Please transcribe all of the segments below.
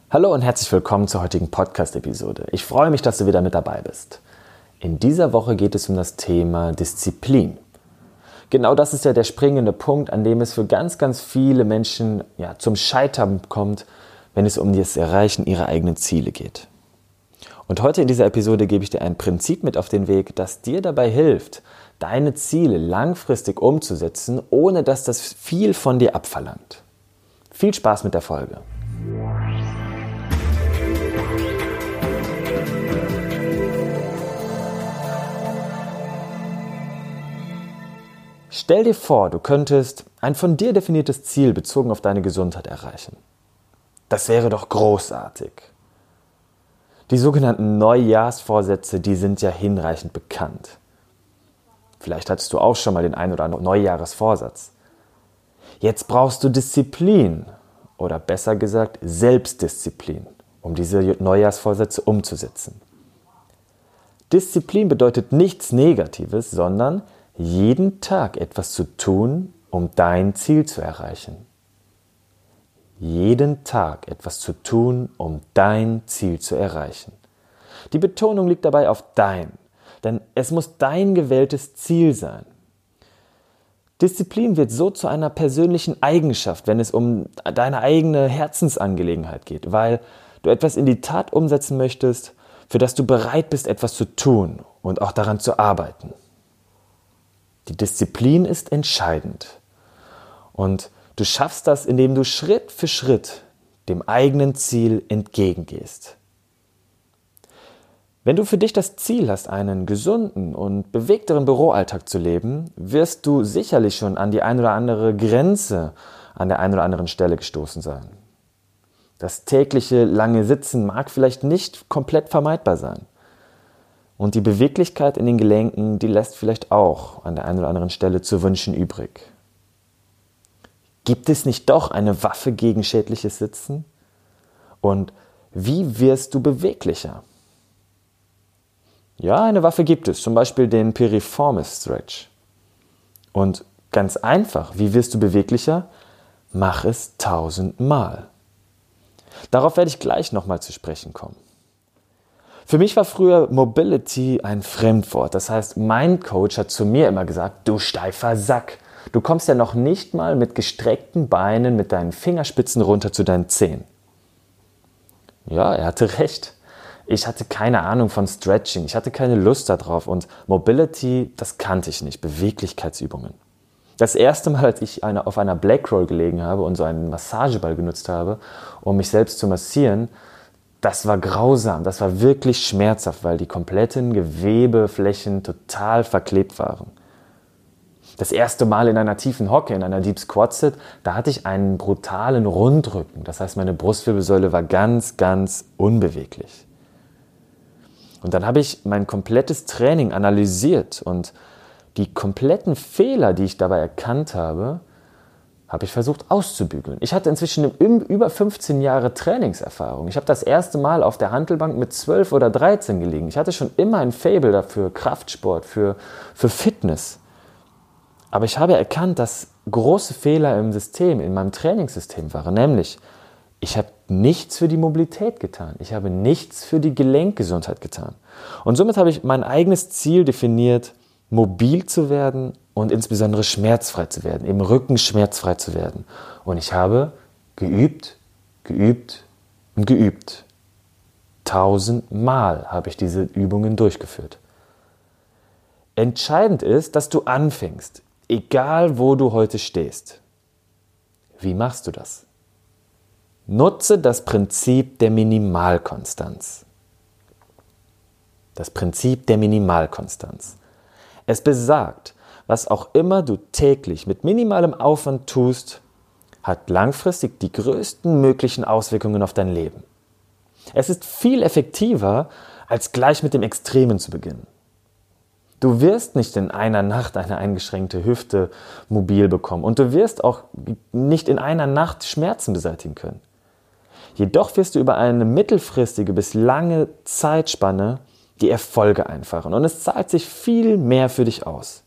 Hallo und herzlich willkommen zur heutigen Podcast-Episode. Ich freue mich, dass du wieder mit dabei bist. In dieser Woche geht es um das Thema Disziplin. Genau das ist ja der springende Punkt, an dem es für ganz, ganz viele Menschen zum Scheitern kommt, wenn es um das Erreichen ihrer eigenen Ziele geht. Und heute in dieser Episode gebe ich dir ein Prinzip mit auf den Weg, das dir dabei hilft, deine Ziele langfristig umzusetzen, ohne dass das viel von dir abverlangt. Viel Spaß mit der Folge. Stell dir vor, du könntest ein von dir definiertes Ziel bezogen auf deine Gesundheit erreichen. Das wäre doch großartig. Die sogenannten Neujahrsvorsätze, die sind ja hinreichend bekannt. Vielleicht hattest du auch schon mal den einen oder anderen Neujahresvorsatz. Jetzt brauchst du Disziplin oder besser gesagt Selbstdisziplin, um diese Neujahrsvorsätze umzusetzen. Disziplin bedeutet nichts Negatives, sondern jeden Tag etwas zu tun, um dein Ziel zu erreichen. Jeden Tag etwas zu tun, um dein Ziel zu erreichen. Die Betonung liegt dabei auf dein, denn es muss dein gewähltes Ziel sein. Disziplin wird so zu einer persönlichen Eigenschaft, wenn es um deine eigene Herzensangelegenheit geht, weil du etwas in die Tat umsetzen möchtest, für das du bereit bist, etwas zu tun und auch daran zu arbeiten. Die Disziplin ist entscheidend und du schaffst das, indem du Schritt für Schritt dem eigenen Ziel entgegengehst. Wenn du für dich das Ziel hast, einen gesunden und bewegteren Büroalltag zu leben, wirst du sicherlich schon an die ein oder andere Grenze an der einen oder anderen Stelle gestoßen sein. Das tägliche lange Sitzen mag vielleicht nicht komplett vermeidbar sein. Und die Beweglichkeit in den Gelenken, die lässt vielleicht auch an der einen oder anderen Stelle zu wünschen übrig. Gibt es nicht doch eine Waffe gegen schädliches Sitzen? Und wie wirst du beweglicher? Ja, eine Waffe gibt es, zum Beispiel den Piriformis Stretch. Und ganz einfach, wie wirst du beweglicher? Mach es 1000 Mal. Darauf werde ich gleich nochmal zu sprechen kommen. Für mich war früher Mobility ein Fremdwort. Das heißt, mein Coach hat zu mir immer gesagt, du steifer Sack. Du kommst ja noch nicht mal mit gestreckten Beinen mit deinen Fingerspitzen runter zu deinen Zehen. Ja, er hatte recht. Ich hatte keine Ahnung von Stretching. Ich hatte keine Lust darauf. Und Mobility, das kannte ich nicht. Beweglichkeitsübungen. Das erste Mal, als ich auf einer Black Roll gelegen habe und so einen Massageball genutzt habe, um mich selbst zu massieren, das war grausam, das war wirklich schmerzhaft, weil die kompletten Gewebeflächen total verklebt waren. Das erste Mal in einer tiefen Hocke, in einer Deep Squat Sit, da hatte ich einen brutalen Rundrücken. Das heißt, meine Brustwirbelsäule war ganz, ganz unbeweglich. Und dann habe ich mein komplettes Training analysiert und die kompletten Fehler, die ich dabei erkannt habe ich versucht auszubügeln. Ich hatte inzwischen über 15 Jahre Trainingserfahrung. Ich habe das erste Mal auf der Hantelbank mit 12 oder 13 gelegen. Ich hatte schon immer ein Faible dafür, Kraftsport, für Fitness. Aber ich habe erkannt, dass große Fehler im System, in meinem Trainingssystem waren. Nämlich, ich habe nichts für die Mobilität getan. Ich habe nichts für die Gelenkgesundheit getan. Und somit habe ich mein eigenes Ziel definiert, mobil zu werden und insbesondere schmerzfrei zu werden, im Rücken schmerzfrei zu werden. Und ich habe geübt und geübt. 1000 Mal habe ich diese Übungen durchgeführt. Entscheidend ist, dass du anfängst, egal wo du heute stehst. Wie machst du das? Nutze das Prinzip der Minimalkonstanz. Das Prinzip der Minimalkonstanz. Es besagt, was auch immer du täglich mit minimalem Aufwand tust, hat langfristig die größten möglichen Auswirkungen auf dein Leben. Es ist viel effektiver, als gleich mit dem Extremen zu beginnen. Du wirst nicht in einer Nacht eine eingeschränkte Hüfte mobil bekommen und du wirst auch nicht in einer Nacht Schmerzen beseitigen können. Jedoch wirst du über eine mittelfristige bis lange Zeitspanne die Erfolge einfahren und es zahlt sich viel mehr für dich aus.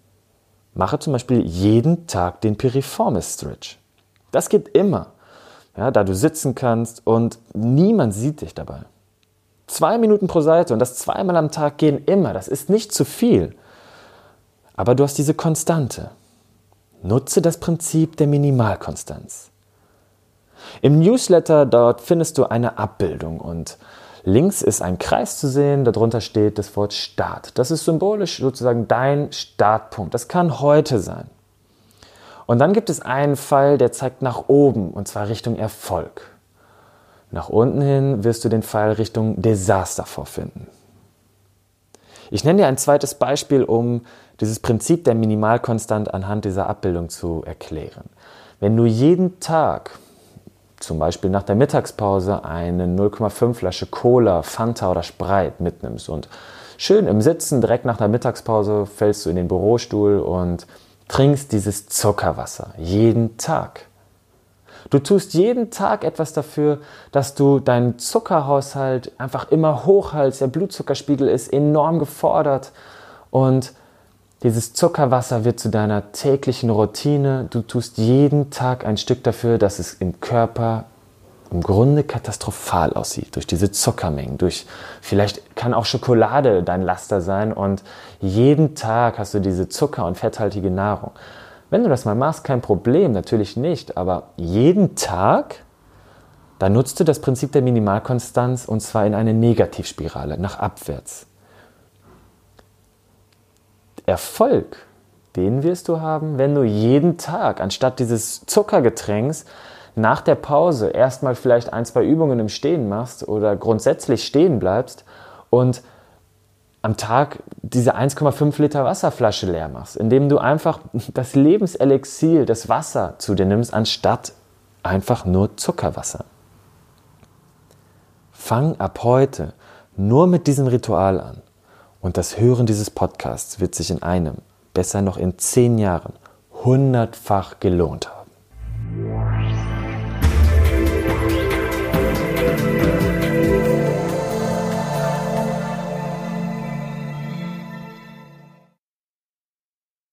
Mache zum Beispiel jeden Tag den Piriformis Stretch. Das geht immer. ja, da du sitzen kannst und niemand sieht dich dabei. 2 Minuten pro Seite und das 2-mal am Tag gehen immer, das ist nicht zu viel. Aber du hast diese Konstante. Nutze das Prinzip der Minimalkonstanz. Im Newsletter dort findest du eine Abbildung und links ist ein Kreis zu sehen, darunter steht das Wort Start. Das ist symbolisch sozusagen dein Startpunkt. Das kann heute sein. Und dann gibt es einen Pfeil, der zeigt nach oben und zwar Richtung Erfolg. Nach unten hin wirst du den Pfeil Richtung Desaster vorfinden. Ich nenne dir ein zweites Beispiel, um dieses Prinzip der Minimalkonstant anhand dieser Abbildung zu erklären. Wenn du jeden Tag, zum Beispiel nach der Mittagspause, eine 0,5 Flasche Cola, Fanta oder Sprite mitnimmst und schön im Sitzen direkt nach der Mittagspause fällst du in den Bürostuhl und trinkst dieses Zuckerwasser jeden Tag. Du tust jeden Tag etwas dafür, dass du deinen Zuckerhaushalt einfach immer hochhältst. Der Blutzuckerspiegel ist enorm gefordert und dieses Zuckerwasser wird zu deiner täglichen Routine. Du tust jeden Tag ein Stück dafür, dass es im Körper im Grunde katastrophal aussieht. Durch diese Zuckermengen, vielleicht kann auch Schokolade dein Laster sein und jeden Tag hast du diese zucker- und fetthaltige Nahrung. Wenn du das mal machst, kein Problem, natürlich nicht, aber jeden Tag, dann nutzt du das Prinzip der Minimalkonstanz und zwar in eine Negativspirale, nach abwärts. Erfolg, den wirst du haben, wenn du jeden Tag, anstatt dieses Zuckergetränks, nach der Pause erstmal vielleicht 1-2 Übungen im Stehen machst oder grundsätzlich stehen bleibst und am Tag diese 1,5 Liter Wasserflasche leer machst, indem du einfach das Lebenselixier, das Wasser zu dir nimmst, anstatt einfach nur Zuckerwasser. Fang ab heute nur mit diesem Ritual an und das Hören dieses Podcasts wird sich in einem, besser noch in 10 Jahren, 100-fach gelohnt haben.